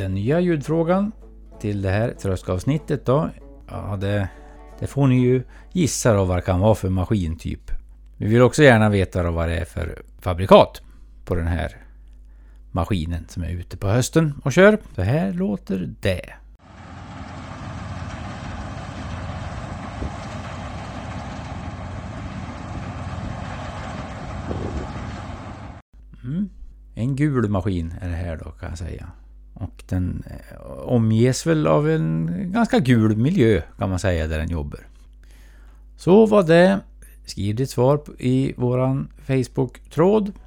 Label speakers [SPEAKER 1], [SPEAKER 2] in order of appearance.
[SPEAKER 1] den nya ljudfrågan till det här tröskavsnittet då. Ja, det får ni ju gissa då vad det kan vara för maskintyp. Vi vill också gärna veta då vad det är för fabrikat på den här maskinen som är ute på hösten och kör. Så här låter det. En gul maskin är det här då, kan jag säga. Och den omges väl av en ganska gul miljö, kan man säga, där den jobbar. Så var det. Skriv ditt svar i våran Facebook-tråd.